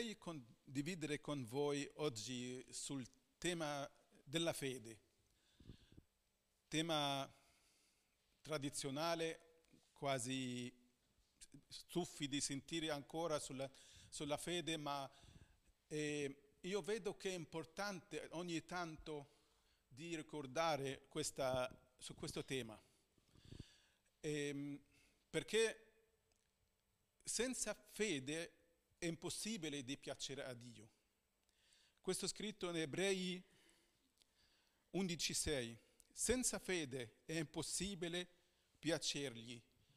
vorrei condividere con voi oggi sul tema della fede, tema tradizionale, quasi stufi di sentire ancora sulla fede, ma io vedo che è importante ogni tanto di ricordare su questo tema, perché senza fede è impossibile di piacere a Dio. Questo è scritto in Ebrei 11,6. Senza fede è impossibile piacergli.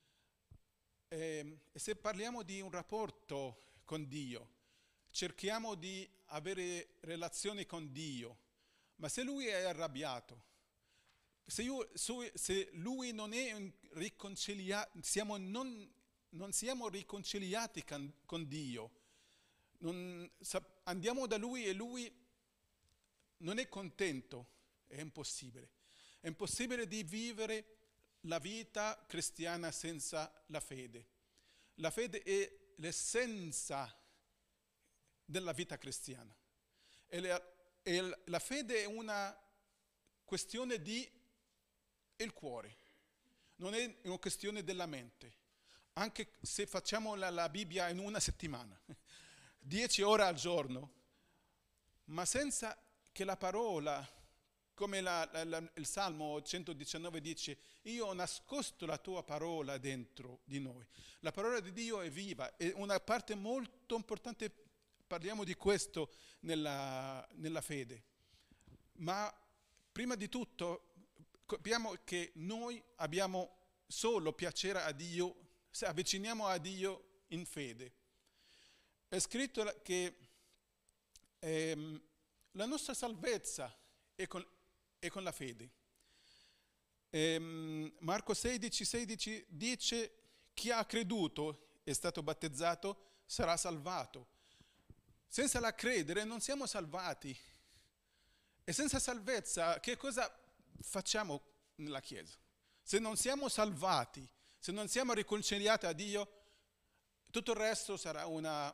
E se parliamo di un rapporto con Dio, cerchiamo di avere relazioni con Dio, ma se Lui è arrabbiato, se Lui non è riconciliato, non siamo riconciliati con Dio, andiamo da Lui e Lui non è contento, è impossibile. È impossibile di vivere la vita cristiana senza la fede. La fede è l'essenza della vita cristiana. E la fede è una questione di il cuore, non è una questione della mente. Anche se facciamo la Bibbia in una settimana, 10 ore al giorno, ma senza che la parola, come il Salmo 119 dice, io ho nascosto la tua parola dentro di noi. La parola di Dio è viva, è una parte molto importante, parliamo di questo nella fede. Ma prima di tutto capiamo che noi abbiamo solo piacere a Dio se avviciniamo a Dio in fede. È scritto che la nostra salvezza è con la fede. Marco 16 dice: chi ha creduto è stato battezzato sarà salvato. Senza la credere non siamo salvati. E senza salvezza che cosa facciamo nella Chiesa? Se non siamo salvati, se non siamo riconciliati a Dio, tutto il resto sarà una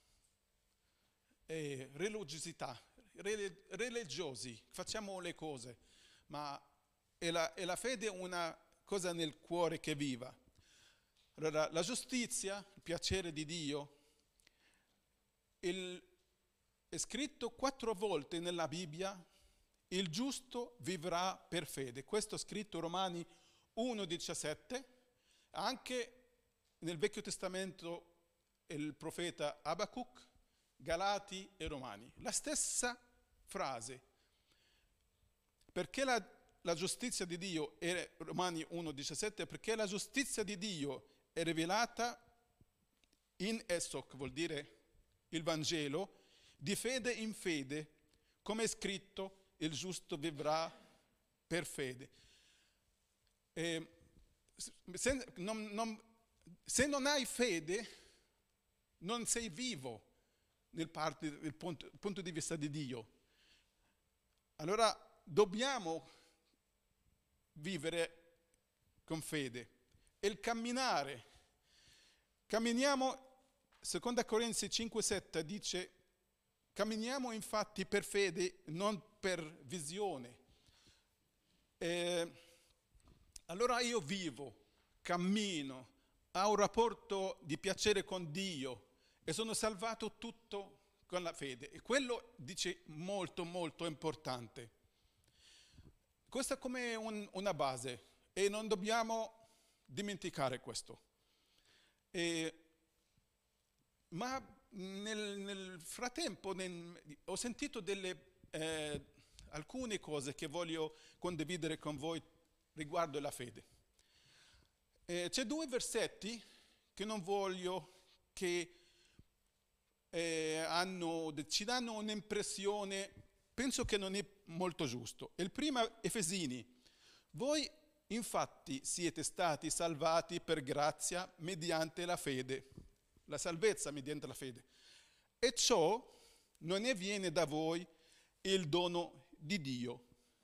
religiosità, religiosi, facciamo le cose, ma è la fede una cosa nel cuore che viva. Allora, la giustizia, il piacere di Dio, è scritto 4 volte nella Bibbia: il giusto vivrà per fede. Questo è scritto in Romani 1,17, anche nel Vecchio Testamento il profeta Abacuc, Galati e Romani. La stessa frase. Perché la giustizia di Dio è, Romani 1,17, perché la giustizia di Dio è rivelata in esso, vuol dire il Vangelo, di fede in fede, come è scritto, il giusto vivrà per fede. Se non hai fede, non sei vivo nel punto di vista di Dio. Allora dobbiamo vivere con fede. E il camminare. Camminiamo, 2 Corinzi 5,7 dice: camminiamo infatti per fede, non per visione. Allora io vivo, cammino, ho un rapporto di piacere con Dio e sono salvato tutto con la fede. E quello dice molto molto importante. Questa è come una base e non dobbiamo dimenticare questo. Ma nel frattempo ho sentito alcune cose che voglio condividere con voi riguardo la fede. C'è 2 versetti che non voglio che ci danno un'impressione, penso che non è molto giusto. Il primo, Efesini: voi infatti siete stati salvati per grazia mediante la fede. La salvezza mediante la fede. E ciò non ne viene da voi, il dono di Dio.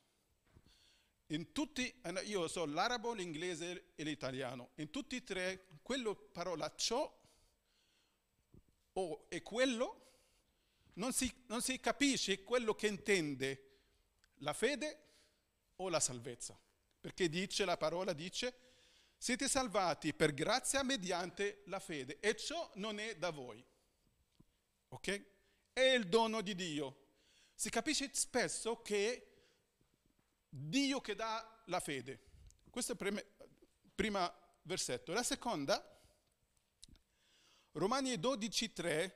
Io so l'arabo, l'inglese e l'italiano. In tutti e 3, quella parola ciò o è quello non si capisce quello che intende la fede o la salvezza. Perché la parola dice, siete salvati per grazia mediante la fede, e ciò non è da voi. Ok? È il dono di Dio. Si capisce spesso che è Dio che dà la fede. Questo è il primo versetto. La seconda, Romani 12,3,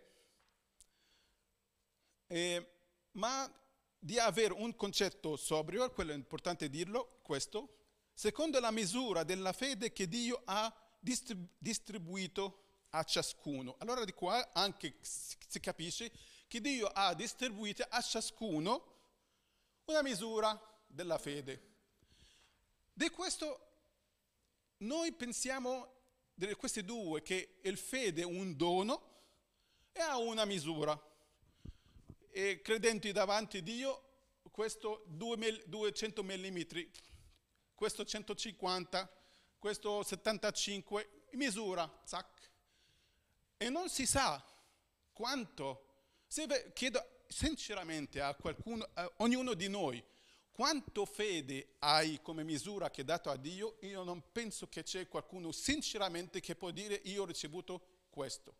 ma di avere un concetto sobrio, quello è importante dirlo, questo, secondo la misura della fede che Dio ha distribuito a ciascuno. Allora di qua anche si capisce che Dio ha distribuito a ciascuno una misura della fede. Di questo noi pensiamo, di questi due, che il fede è un dono e ha una misura. E credenti davanti a Dio, questo 200 mm, questo 150, questo 75, misura, zac. E non si sa quanto. Se chiedo sinceramente a qualcuno, a ognuno di noi, quanto fede hai come misura che è dato a Dio, io non penso che c'è qualcuno sinceramente che può dire io ho ricevuto questo.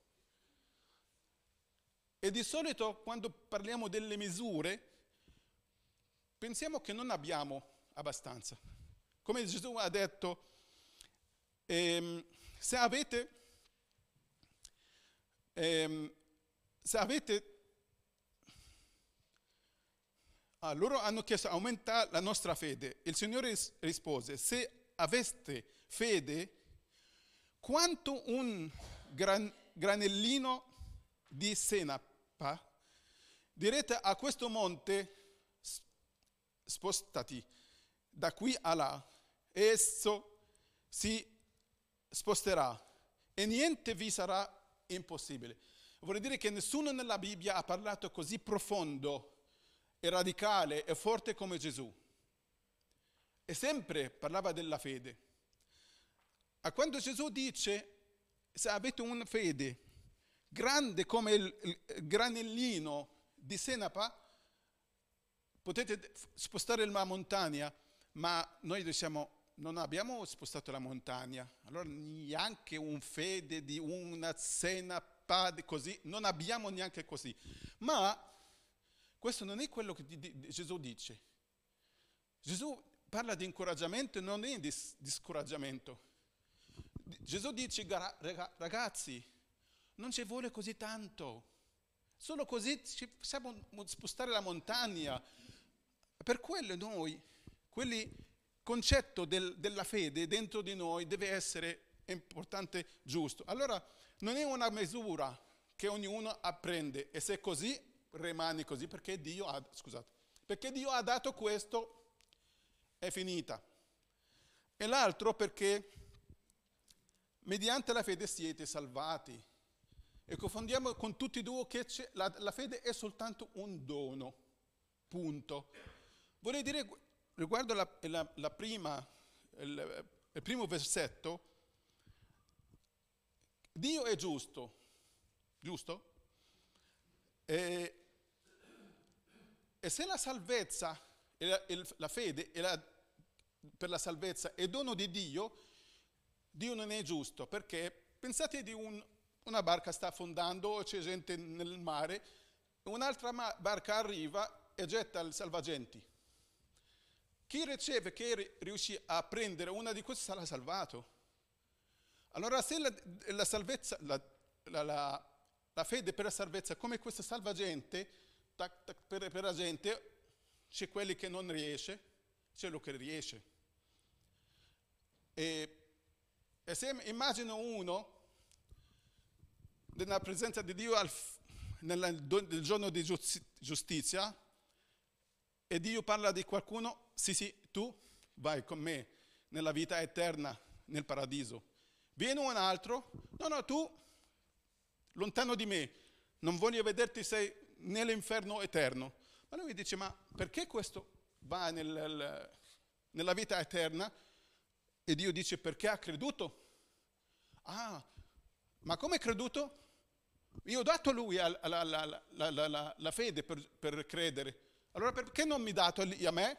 E di solito quando parliamo delle misure pensiamo che non abbiamo abbastanza. Come Gesù ha detto, se avete loro hanno chiesto aumenta la nostra fede. Il Signore rispose, se aveste fede quanto un granellino di senapa, direte a questo monte spostati da qui a là, e esso si sposterà e niente vi sarà impossibile. Vuol dire che nessuno nella Bibbia ha parlato così profondo e radicale e forte come Gesù. E sempre parlava della fede. A quando Gesù dice, se avete una fede grande come il granellino di senapa, potete spostare la montagna, ma noi diciamo, non abbiamo spostato la montagna, allora neanche un fede di una senapa così, non abbiamo neanche così. Ma questo non è quello che Gesù dice. Gesù parla di incoraggiamento, non è di scoraggiamento. Gesù dice, ragazzi, non ci vuole così tanto, solo così ci possiamo spostare la montagna. Per quello noi, quel concetto della fede dentro di noi deve essere importante, giusto. Allora non è una misura che ognuno apprende, e se così rimane così perché Dio ha dato questo, è finita. E l'altro perché mediante la fede siete salvati. E confondiamo con tutti e due che la fede è soltanto un dono, punto. Vorrei dire, riguardo il primo versetto, Dio è giusto? E se la salvezza, la fede per la salvezza è dono di Dio, Dio non è giusto, perché pensate di una barca sta affondando, c'è gente nel mare, un'altra barca arriva e getta il salvagenti. Chi riceve, che riuscì a prendere una di queste sarà salvato. Allora se la salvezza, la fede per la salvezza, come questa salvagente, per la gente, c'è quelli che non riesce, c'è lo che riesce. E se immagino uno nella presenza di Dio nel giorno di giustizia, e Dio parla di qualcuno, sì, tu vai con me nella vita eterna, nel paradiso. Viene un altro, no, tu, lontano di me, non voglio vederti, sei nell'inferno eterno. Ma lui dice, ma perché questo va nella vita eterna? E Dio dice, perché ha creduto. Ah, ma come è creduto? Io ho dato a lui la fede per credere. Allora perché non mi ha dato a me?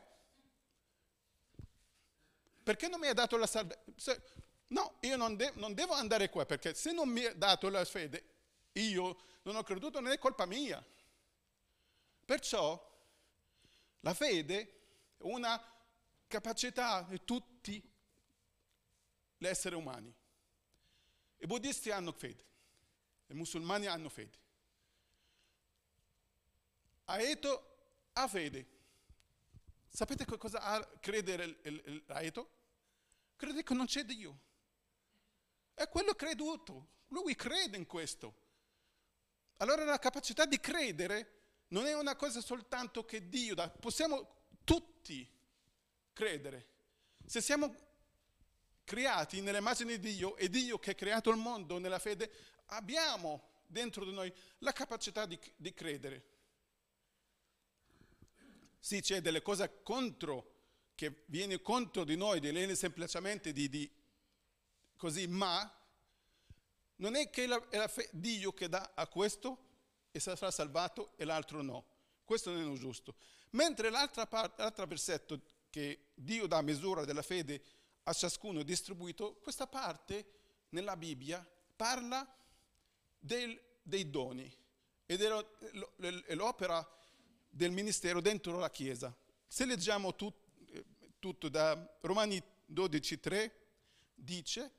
Perché non mi ha dato la salvezza? No, io non devo andare qua, perché se non mi ha dato la fede, io non ho creduto, non è colpa mia. Perciò la fede è una capacità di tutti gli esseri umani. I buddisti hanno fede, i musulmani hanno fede. Aeto ha fede. Sapete che cosa ha credere l'Aeto? Crede che non c'è Dio. È quello creduto. Lui crede in questo. Allora la capacità di credere non è una cosa soltanto che Dio dà. Possiamo tutti credere. Se siamo creati nell'immagine di Dio e Dio che ha creato il mondo nella fede, abbiamo dentro di noi la capacità di credere. Sì, c'è delle cose contro, che viene contro di noi, di lei semplicemente di così, ma non è che è Dio che dà a questo e sarà salvato e l'altro no. Questo non è giusto. Mentre l'altro versetto, che Dio dà misura della fede a ciascuno distribuito, questa parte nella Bibbia parla dei doni e dell'opera del ministero dentro la Chiesa. Se leggiamo tutto da Romani 12,3 dice: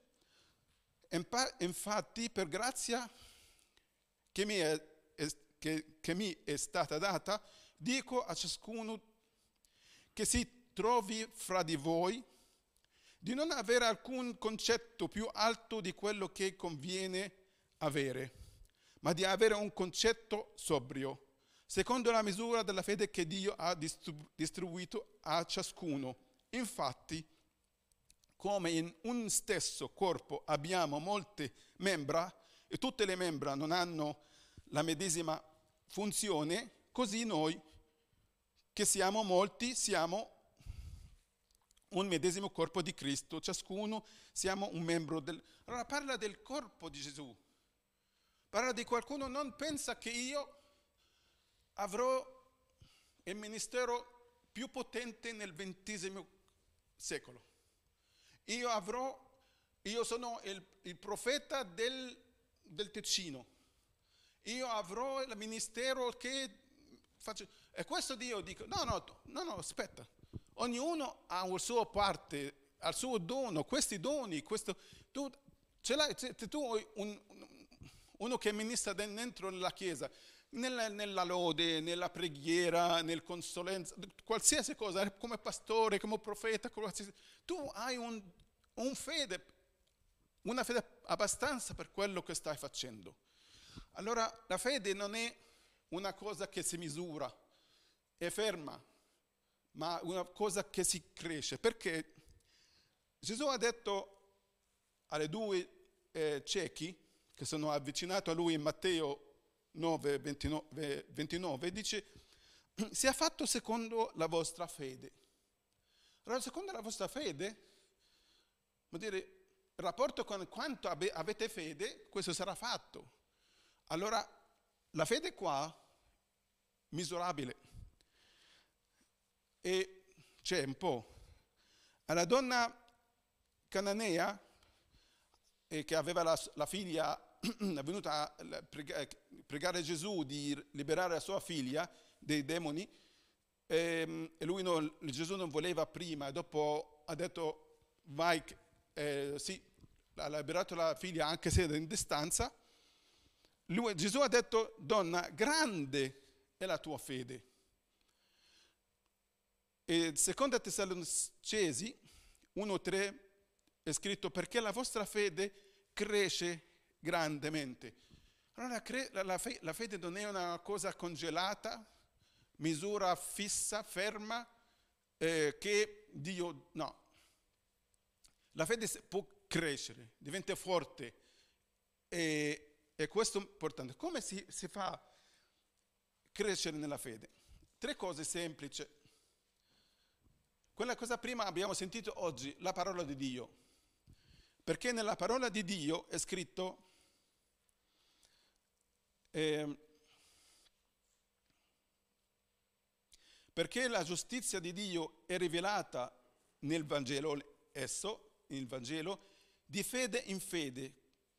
infatti per grazia che mi è stata data, dico a ciascuno che si trovi fra di voi di non avere alcun concetto più alto di quello che conviene avere, ma di avere un concetto sobrio, secondo la misura della fede che Dio ha distribuito a ciascuno. Infatti, come in un stesso corpo abbiamo molte membra e tutte le membra non hanno la medesima funzione, così noi, che siamo molti, siamo un medesimo corpo di Cristo, ciascuno siamo un membro del... Allora parla del corpo di Gesù, parla di qualcuno, non pensa che io avrò il ministero più potente nel XX secolo. Io sono il profeta del Ticino. Io avrò il ministero che faccio. E questo Dio dice, no, aspetta. Ognuno ha la sua parte, ha il suo dono, questi doni, tu ce l'hai, tu uno che ministra dentro la Chiesa, nella lode, nella preghiera, nel consolenza, qualsiasi cosa, come pastore, come profeta, tu hai una fede abbastanza per quello che stai facendo. Allora la fede non è una cosa che si misura, è ferma, ma una cosa che si cresce, perché Gesù ha detto alle due ciechi che sono avvicinati a lui in Matteo 9, 29, dice: sia fatto secondo la vostra fede. Allora, secondo la vostra fede, vuol dire, il rapporto con quanto avete fede, questo sarà fatto. Allora, la fede qua, misurabile. E c'è un po'. Alla donna cananea, che aveva la figlia, è venuta a pregare Gesù di liberare la sua figlia dei demoni, e Gesù non voleva prima, e dopo ha detto vai, sì, ha liberato la figlia anche se in distanza. Gesù ha detto: donna, grande è la tua fede. E seconda Tessalonicesi 1,3 è scritto: perché la vostra fede cresce grandemente. Allora la fede non è una cosa congelata, misura fissa, ferma, che Dio... No. La fede può crescere, diventa forte, e questo è importante. Come si fa crescere nella fede? 3 cose semplici. Quella cosa prima abbiamo sentito oggi, la parola di Dio. Perché nella parola di Dio è scritto perché la giustizia di Dio è rivelata nel Vangelo, il Vangelo, di fede in fede.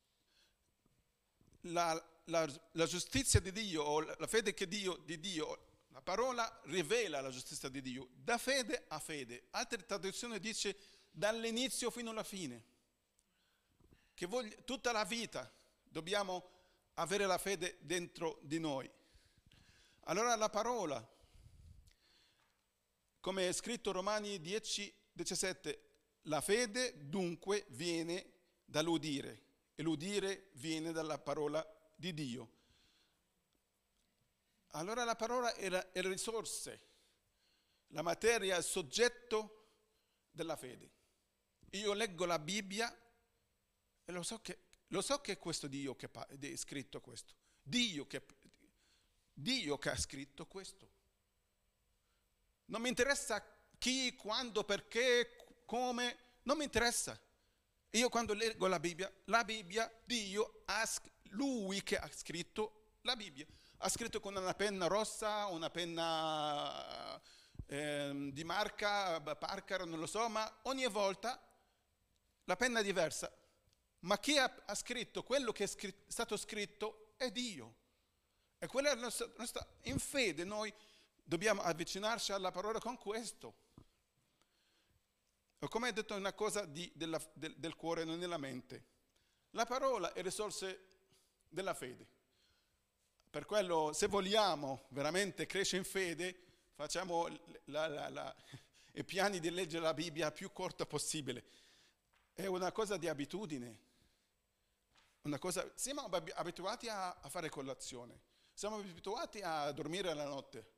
La giustizia di Dio, o la fede di Dio, la parola rivela la giustizia di Dio, da fede a fede. Altre traduzioni dice dall'inizio fino alla fine. Che tutta la vita dobbiamo avere la fede dentro di noi. Allora la parola, come è scritto Romani 10:17, la fede dunque viene dall'udire e l'udire viene dalla parola di Dio. Allora la parola è le risorse, la materia è il soggetto della fede. Io leggo la Bibbia e lo so che è questo Dio che ha scritto questo. Dio che ha scritto questo. Non mi interessa chi, quando, perché, come, non mi interessa. Io quando leggo la Bibbia, Dio lui che ha scritto la Bibbia. Ha scritto con una penna rossa, una penna di marca, Parker, non lo so, ma ogni volta la penna è diversa. Ma chi ha scritto quello che è stato scritto è Dio. E quella è la nostra, in fede noi dobbiamo avvicinarci alla parola con questo. O come hai detto, è una cosa del cuore, non della mente. La parola è risorsa della fede. Per quello, se vogliamo veramente crescere in fede, facciamo i piani di leggere la Bibbia più corta possibile. È una cosa di abitudine. Siamo abituati a fare colazione, siamo abituati a dormire la notte.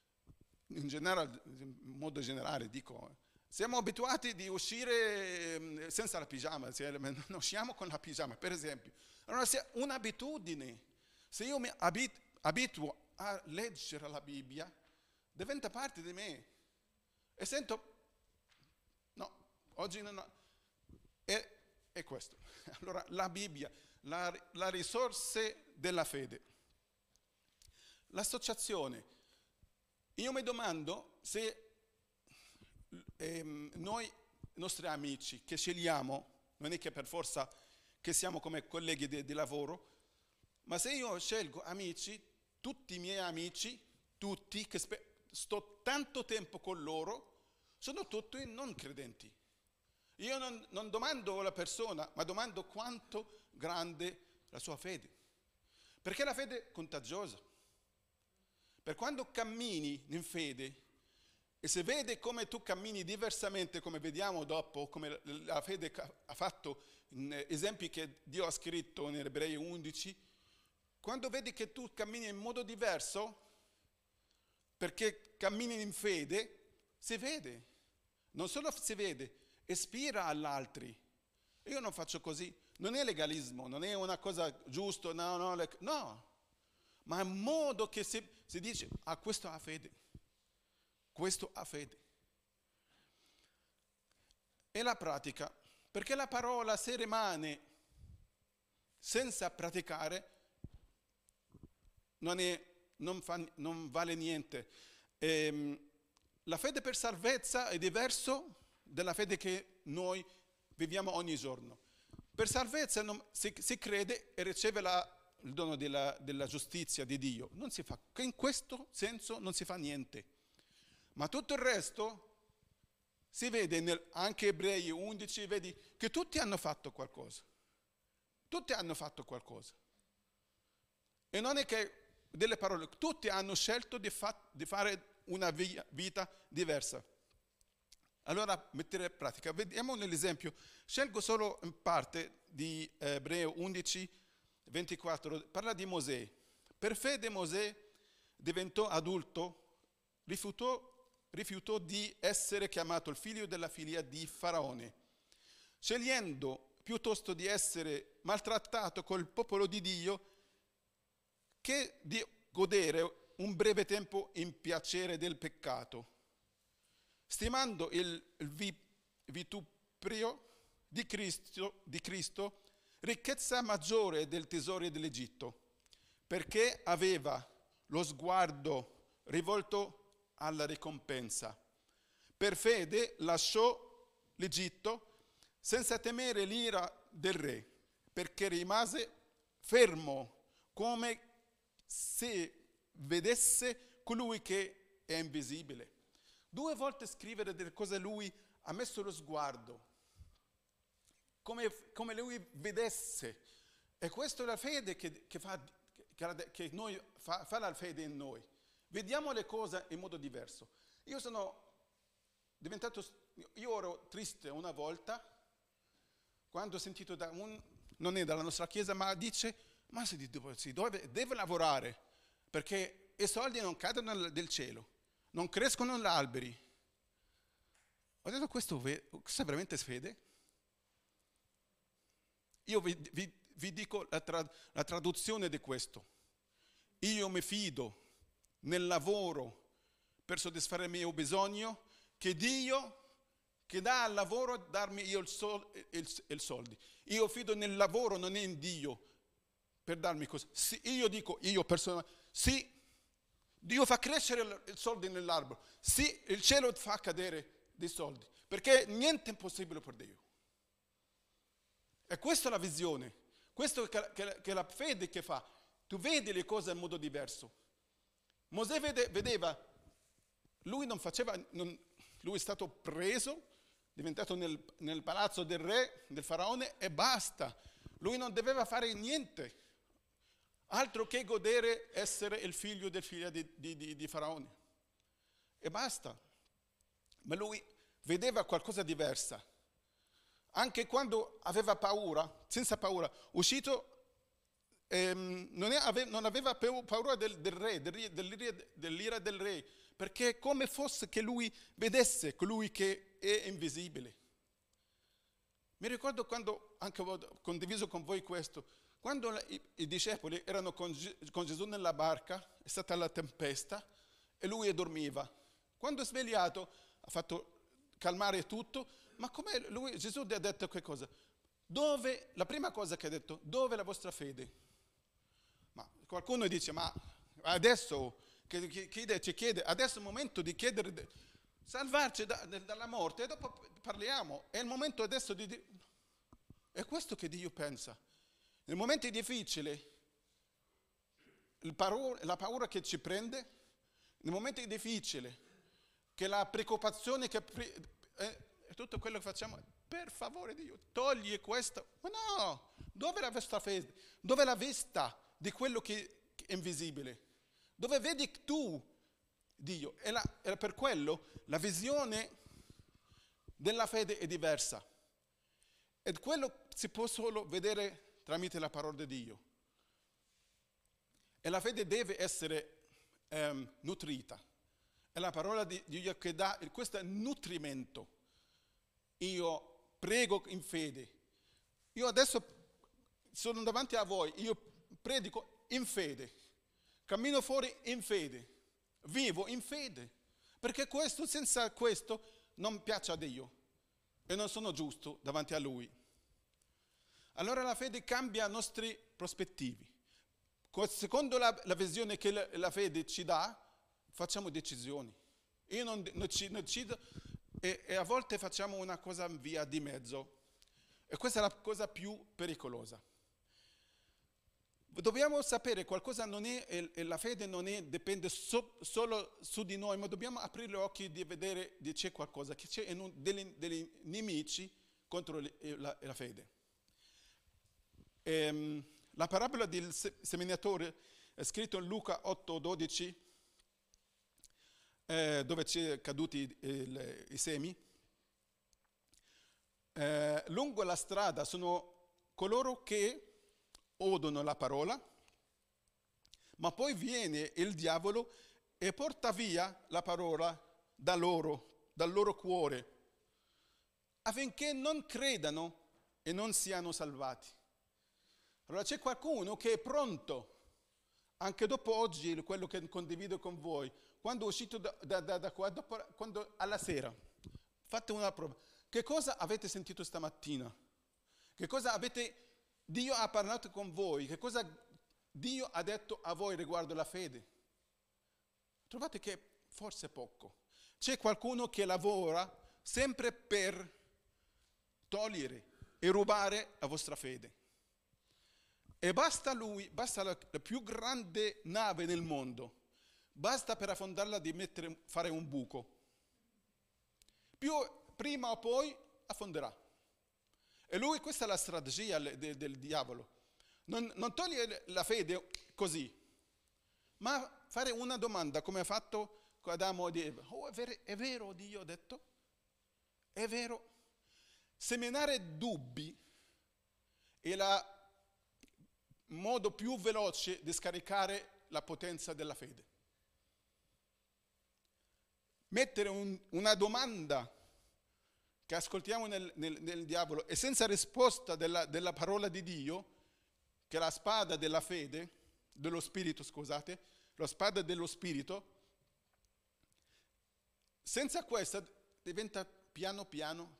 In modo generale dico, siamo abituati di uscire senza la pigiama, non usciamo con la pigiama, per esempio. Allora è un'abitudine. Se io mi abituo a leggere la Bibbia, diventa parte di me. E sento, no, oggi non ho. È questo. Allora la Bibbia, la risorsa della fede. L'associazione. Io mi domando se noi, nostri amici che scegliamo, non è che per forza che siamo come colleghi di lavoro, ma se io scelgo amici, tutti i miei amici, tutti che sto tanto tempo con loro, sono tutti non credenti. Io non domando la persona, ma domando quanto grande la sua fede. Perché la fede è contagiosa. Per quando cammini in fede, e se vede come tu cammini diversamente, come vediamo dopo, come la fede ha fatto in esempi che Dio ha scritto in Ebrei 11, quando vedi che tu cammini in modo diverso, perché cammini in fede, si vede. Non solo si vede, ispira agli altri. Io non faccio così, non è legalismo, non è una cosa giusta, no. Ma è un modo che si dice, questo ha fede, questo ha fede. E la pratica, perché la parola se rimane senza praticare non vale niente. La fede per salvezza è diverso dalla fede che noi viviamo ogni giorno. Per salvezza si crede e riceve il dono della giustizia di Dio. In questo senso non si fa niente. Ma tutto il resto si vede anche Ebrei 11, vedi che tutti hanno fatto qualcosa. Tutti hanno fatto qualcosa. E non è che delle parole, tutti hanno scelto di fare una vita diversa. Allora, mettere in pratica. Vediamo nell'esempio, scelgo solo in parte di Ebrei 11, 24, parla di Mosè. Per fede Mosè diventò adulto, rifiutò di essere chiamato il figlio della figlia di Faraone, scegliendo piuttosto di essere maltrattato col popolo di Dio che di godere un breve tempo in piacere del peccato, stimando il vitupero di Cristo ricchezza maggiore del tesoro dell'Egitto, perché aveva lo sguardo rivolto alla ricompensa. Per fede lasciò l'Egitto senza temere l'ira del re, perché rimase fermo come se vedesse colui che è invisibile. 2 volte scrivere delle cose lui ha messo lo sguardo, come lui vedesse. E questa è la fede che noi fa la fede in noi. Vediamo le cose in modo diverso. Io ero triste una volta quando ho sentito non è dalla nostra chiesa, ma dice, ma si deve lavorare, perché i soldi non cadono del cielo, non crescono gli alberi. Ho detto, questa è veramente fede? Io vi dico la traduzione di questo. Io mi fido nel lavoro per soddisfare il mio bisogno, che Dio che dà al lavoro darmi io il soldi. Io fido nel lavoro, non è in Dio per darmi cose. Sì, io personalmente, sì, Dio fa crescere il soldi nell'albero. Sì, il cielo fa cadere dei soldi, perché niente è impossibile per Dio. E questa è la visione, questo è la fede che fa. Tu vedi le cose in modo diverso. Mosè vedeva, lui è stato preso, diventato nel palazzo del re, del faraone, e basta. Lui non doveva fare niente, altro che godere, essere il figlio di faraone. E basta. Ma lui vedeva qualcosa diversa. Anche quando aveva paura, senza paura, uscito, non aveva paura dell'ira del re, perché come fosse che lui vedesse colui che è invisibile. Mi ricordo quando, anche ho condiviso con voi questo, quando i discepoli erano con Gesù nella barca, è stata la tempesta e lui dormiva. Quando è svegliato ha fatto calmare tutto, ma come Gesù gli ha detto che cosa? La prima cosa che ha detto, dove è la vostra fede? Ma qualcuno dice, ma adesso ci chiede, adesso è il momento di chiedere, salvarci dalla morte e dopo parliamo. È il momento adesso di dire, è questo che Dio pensa. Nel momento difficile, la paura che ci prende, nel momento difficile, che la preoccupazione tutto quello che facciamo, per favore Dio, togli questo. Ma no, dove è la vostra fede? Dove è la vista di quello che è invisibile? Dove vedi tu Dio? E per quello la visione della fede è diversa. E quello si può solo vedere tramite la parola di Dio. E la fede deve essere nutrita. È la parola di Dio che dà questo nutrimento. Io prego in fede. Io adesso sono davanti a voi, io predico in fede, cammino fuori in fede, vivo in fede, perché senza questo non piace a Dio e non sono giusto davanti a Lui. Allora la fede cambia i nostri prospettivi. Secondo la visione che la fede ci dà, facciamo decisioni. Io non decido e a volte facciamo una cosa via di mezzo. E questa è la cosa più pericolosa. Dobbiamo sapere qualcosa non è, e la fede non è, dipende solo su di noi, ma dobbiamo aprire gli occhi di vedere che c'è qualcosa, che c'è degli nemici contro la fede. La parabola del seminatore è scritta in Luca 8:12, dove ci caduti i semi. Lungo la strada sono coloro che odono la parola, ma poi viene il diavolo e porta via la parola dal loro cuore, affinché non credano e non siano salvati. Allora c'è qualcuno che è pronto, anche dopo oggi, quello che condivido con voi, quando è uscito da qua, quando alla sera, fate una prova. Che cosa avete sentito stamattina? Che cosa Dio ha parlato con voi? Che cosa Dio ha detto a voi riguardo la fede? Trovate che forse poco. C'è qualcuno che lavora sempre per togliere e rubare la vostra fede. E basta lui, basta la più grande nave nel mondo, basta per affondarla di fare un buco. Prima o poi affonderà. E lui, questa è la strategia del diavolo. Non toglie la fede così, ma fare una domanda come ha fatto con Adamo ed Eva. Oh, è vero, Dio ha detto? È vero? Seminare dubbi è il modo più veloce di scaricare la potenza della fede. Mettere una domanda che ascoltiamo nel diavolo e senza risposta della parola di Dio, che è la spada della fede, dello spirito, scusate, la spada dello spirito, senza questa diventa piano piano,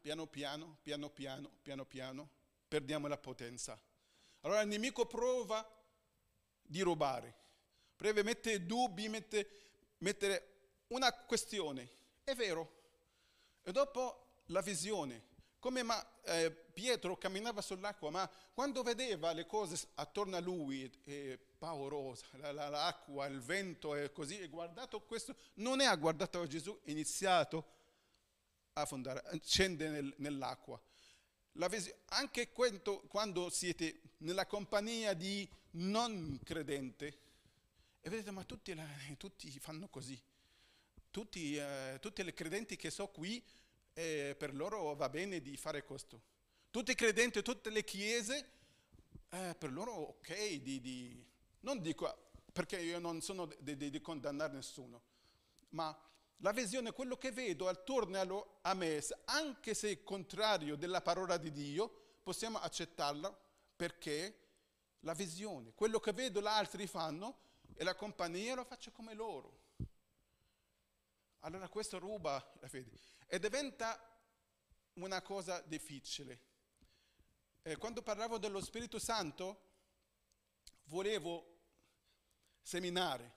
perdiamo la potenza. Allora il nemico prova di rubare, prova a mettere dubbi, mettere una questione, è vero, e dopo la visione, come Pietro camminava sull'acqua, ma quando vedeva le cose attorno a lui, paurosa, l'acqua, il vento e così, e guardato questo, non ha guardato Gesù, è iniziato a affondare, scende nell'acqua. Anche quando siete nella compagnia di non credente, e vedete, ma tutti fanno così, tutte le credenti che so qui, per loro va bene di fare questo. Tutti i credenti, tutte le chiese, per loro ok, non dico, perché io non sono di condannare nessuno, ma la visione, quello che vedo attorno a me, anche se è contrario della parola di Dio, possiamo accettarla perché la visione, quello che vedo gli altri fanno e la compagnia lo faccio come loro. Allora questo ruba la fede e diventa una cosa difficile. Quando parlavo dello Spirito Santo, volevo seminare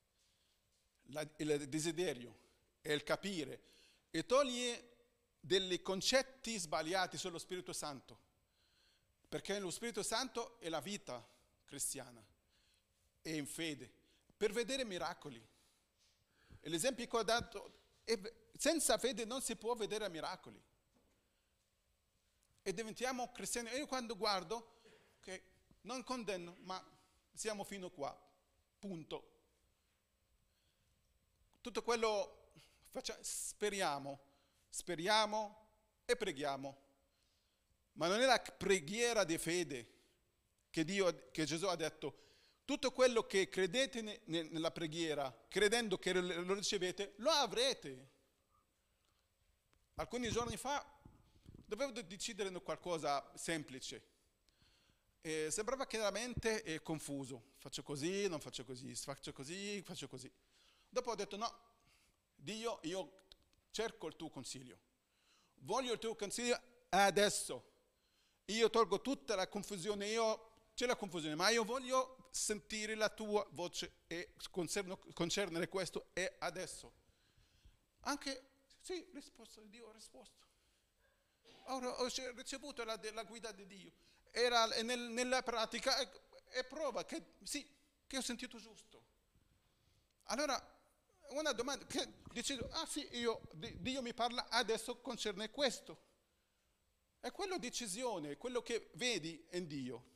il desiderio e il capire e togliere dei concetti sbagliati sullo Spirito Santo, perché lo Spirito Santo è la vita cristiana, è in fede, per vedere miracoli. E l'esempio che ho dato, senza fede non si può vedere miracoli. E diventiamo cristiani. Io quando guardo, che non condanno, ma siamo fino qua, punto. Tutto quello speriamo e preghiamo, ma non è la preghiera di fede che Gesù ha detto. Tutto quello che credete nella preghiera, credendo che lo ricevete, lo avrete. Alcuni giorni fa dovevo decidere qualcosa semplice. Sembrava che la mente è confuso. Faccio così, non faccio così, faccio così, faccio così. Dopo ho detto no, Dio, io cerco il tuo consiglio. Voglio il tuo consiglio adesso. Io tolgo tutta la confusione, c'è la confusione, ma io voglio sentire la tua voce e concernere questo e adesso. Anche, sì, risposta di Dio, ho risposto. Ho ricevuto la guida di Dio. Era nella pratica e prova che sì, che ho sentito giusto. Allora, una domanda, che decido, sì, Dio mi parla adesso concerne questo. È quello decisione, quello che vedi in Dio.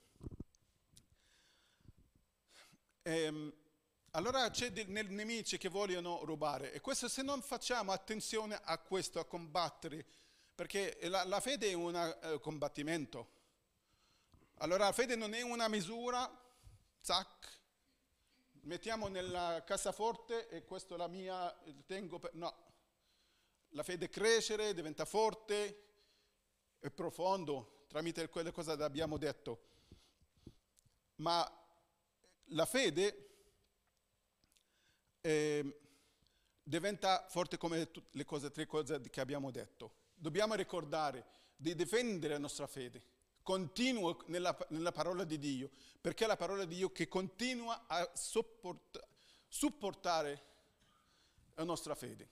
Allora c'è dei nemici che vogliono rubare e questo, se non facciamo attenzione a questo, a combattere, perché la fede è un combattimento. Allora la fede non è una misura, zac, mettiamo nella cassaforte e questa è la mia, tengo no. La fede cresce, diventa forte e profondo tramite quelle cose che abbiamo detto. Ma la fede diventa forte come le tre cose che abbiamo detto. Dobbiamo ricordare di difendere la nostra fede. continuo nella parola di Dio, perché è la parola di Dio che continua a supportare la nostra fede.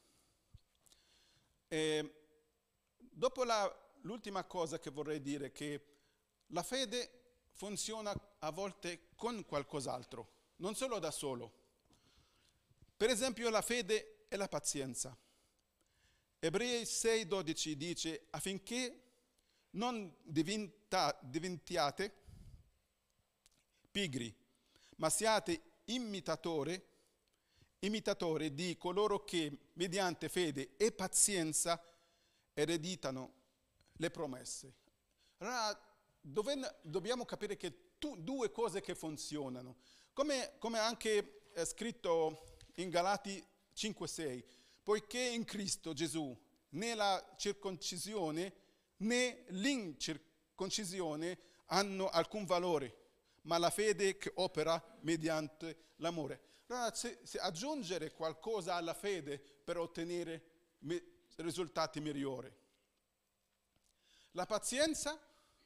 E dopo l'ultima cosa che vorrei dire è che la fede funziona a volte con qualcos'altro, non solo da solo. Per esempio la fede e la pazienza. Ebrei 6,12 dice affinché non diventiate pigri, ma siate imitatori di coloro che mediante fede e pazienza ereditano le promesse. Allora dobbiamo capire che due cose che funzionano, come anche è scritto in Galati 5,6, poiché in Cristo Gesù né la circoncisione né l'incirconcisione hanno alcun valore, ma la fede che opera mediante l'amore. Allora, se aggiungere qualcosa alla fede per ottenere risultati migliori. La pazienza,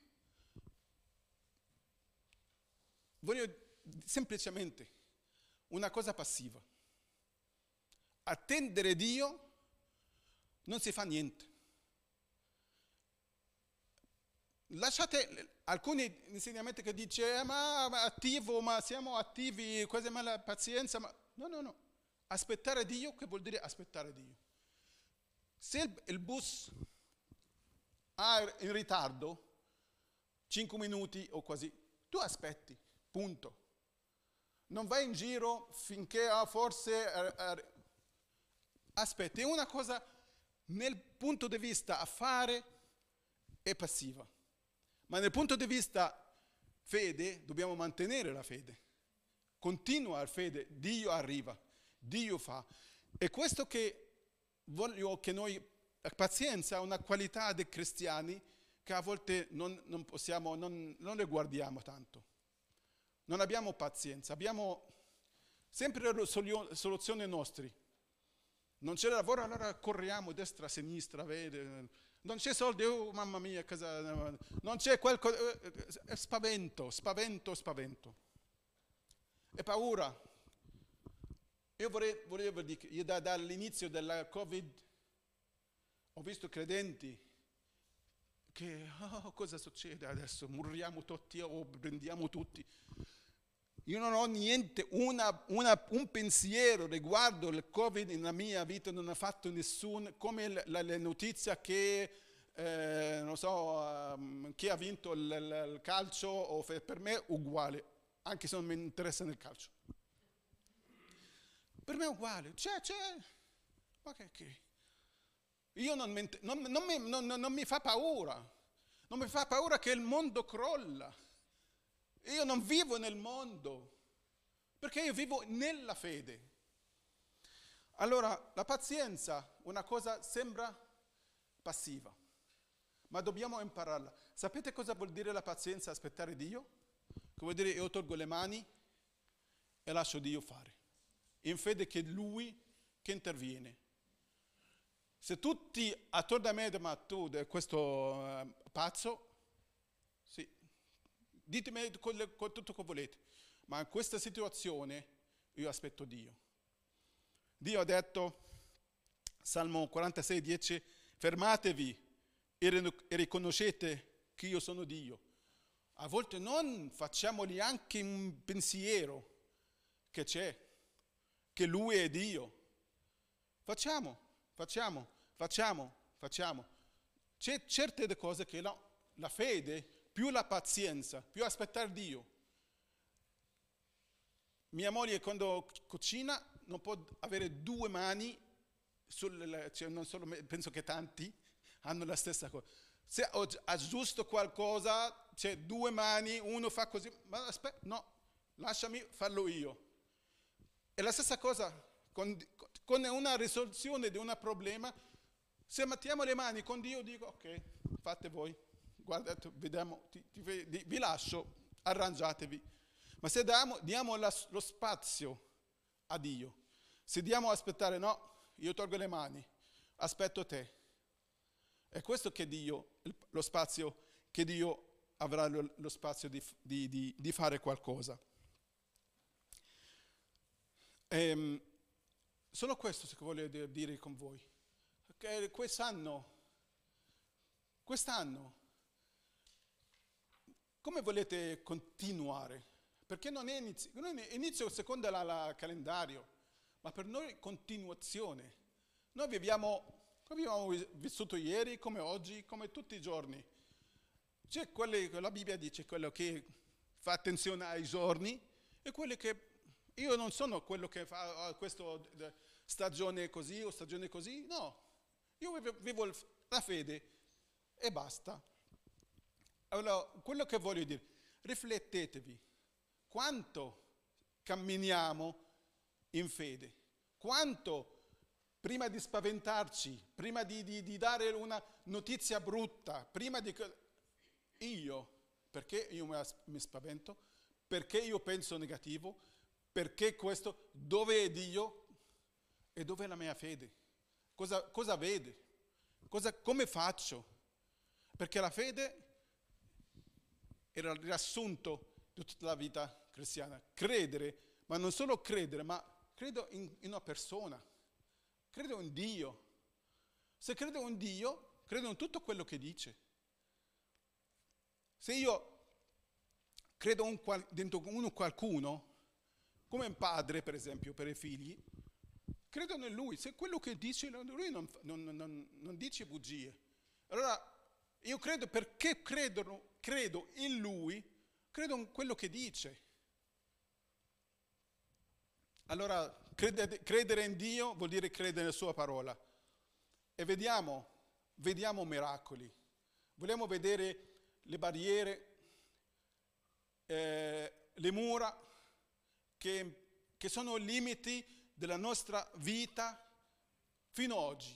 voglio semplicemente una cosa passiva. Attendere Dio non si fa niente. Lasciate alcuni insegnamenti che dice ma attivo, ma siamo attivi, quasi ma la pazienza, ma no. Aspettare Dio, che vuol dire aspettare Dio? Se il bus ha in ritardo 5 minuti o così, tu aspetti, punto. Non vai in giro finché forse aspetti. È una cosa nel punto di vista a fare è passiva, ma nel punto di vista fede dobbiamo mantenere la fede. Continua la fede, Dio arriva, Dio fa. E questo che voglio che noi, la pazienza è una qualità dei cristiani che a volte non possiamo, non le guardiamo tanto. Non abbiamo pazienza, abbiamo sempre le soluzioni nostre. Non c'è lavoro, allora corriamo destra, sinistra, vede. Non c'è soldi, oh mamma mia, non c'è qualcosa, è spavento. È paura. Io volevo dire che io dall'inizio della Covid ho visto credenti che cosa succede adesso? Moriamo tutti o prendiamo tutti. Io non ho niente, un pensiero riguardo il Covid nella mia vita, non ha fatto nessuno, come la notizia che, non so, chi ha vinto il calcio, o per me è uguale, anche se non mi interessa nel calcio. Per me è uguale, ma che? Io non mi fa paura, non mi fa paura che il mondo crolla. Io non vivo nel mondo, perché io vivo nella fede. Allora, la pazienza, una cosa sembra passiva, ma dobbiamo impararla. Sapete cosa vuol dire la pazienza, aspettare Dio? Che vuol dire io tolgo le mani e lascio Dio fare, in fede che è Lui che interviene. Se tutti attorno a me, ma tu, questo pazzo, sì, ditemi con tutto che volete, ma in questa situazione io aspetto Dio. Dio ha detto, Salmo 46,10, fermatevi e riconoscete che io sono Dio. A volte non facciamo neanche un pensiero che c'è, che Lui è Dio. Facciamo. C'è certe cose che la fede, più la pazienza, più aspettare Dio. Mia moglie quando cucina non può avere due mani, non solo, penso che tanti hanno la stessa cosa. Se aggiusto qualcosa, c'è due mani, uno fa così, ma aspetta, no, lasciami farlo io. È la stessa cosa con una risoluzione di un problema. Se mettiamo le mani con Dio, dico ok, fate voi, guardate, vediamo, vi lascio, arrangiatevi. Ma se diamo lo spazio a Dio, se diamo a aspettare, no, io tolgo le mani, aspetto te. È questo che Dio, lo spazio che Dio avrà lo spazio di fare qualcosa. Solo questo che voglio dire con voi. Che quest'anno, come volete continuare? Perché non è inizio secondo il calendario, ma per noi è continuazione. Noi abbiamo vissuto ieri, come oggi, come tutti i giorni. C'è la Bibbia dice quello che fa attenzione ai giorni e quelli che io non sono quello che fa questa stagione così o stagione così, no. Io vivo la fede e basta. Allora, quello che voglio dire, riflettetevi, quanto camminiamo in fede, quanto prima di spaventarci, prima di dare una notizia brutta, prima di... perché io mi spavento? Perché io penso negativo? Perché questo? Dove è Dio? E dove è la mia fede? Cosa vede? Come faccio? Perché la fede era il riassunto di tutta la vita cristiana. Credere, ma non solo credere, ma credo in una persona. Credo in Dio. Se credo in Dio, credo in tutto quello che dice. Se io credo dentro qualcuno, come un padre per esempio per i figli, credo in lui. Se quello che dice lui non dice bugie. Allora io credo, perché credo in lui, credo in quello che dice. Allora credere in Dio vuol dire credere nella sua parola. E vediamo miracoli. Vogliamo vedere le barriere, le mura che sono i limiti della nostra vita fino ad oggi.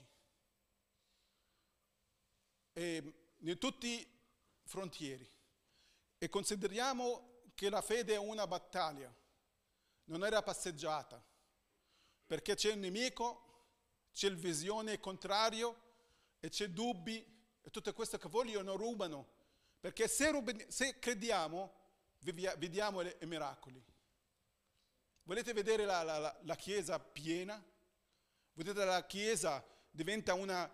E in tutti i frontieri. E consideriamo che la fede è una battaglia, non era passeggiata, perché c'è un nemico, c'è il visione contrario e c'è dubbi e tutto questo che vogliono rubano. Perché se crediamo, vediamo i miracoli. Volete vedere la chiesa piena? Vedete la chiesa diventa una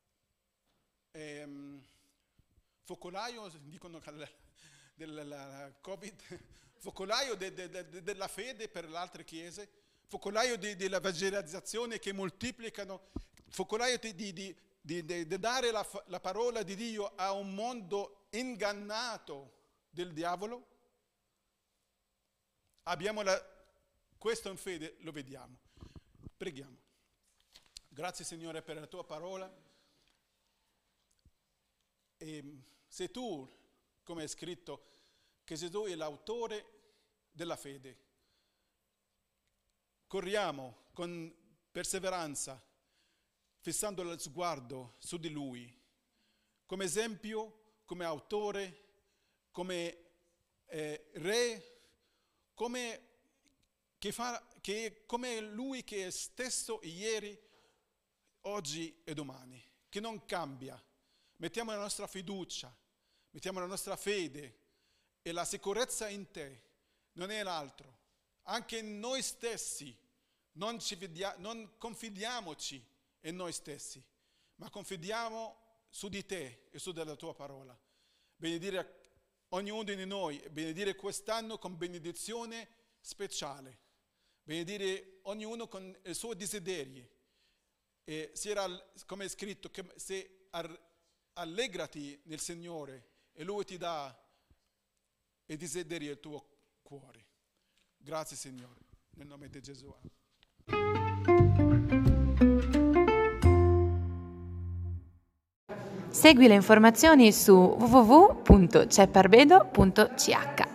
focolaio, dicono del Covid, focolaio della fede per le altre chiese, focolaio della evangelizzazione che moltiplicano, focolaio di dare la parola di Dio a un mondo ingannato del diavolo. Abbiamo questo in fede, lo vediamo. Preghiamo. Grazie Signore per la tua parola. E sei tu, come è scritto, che Gesù è l'autore della fede. Corriamo con perseveranza, fissando lo sguardo su di Lui, come esempio, come autore, come re, come Lui che è stesso ieri, oggi e domani, che non cambia. Mettiamo la nostra fiducia, mettiamo la nostra fede e la sicurezza in te, non è l'altro. Anche in noi stessi, non confidiamoci in noi stessi, ma confidiamo su di te e su della tua parola. Benedire ognuno di noi, benedire quest'anno con benedizione speciale, benedire ognuno con i suoi desideri. E come è scritto, se allegrati nel Signore e Lui ti dà i desideri del tuo cuore. Grazie Signore, nel nome di Gesù. Segui le informazioni su www.cepparbedo.ch.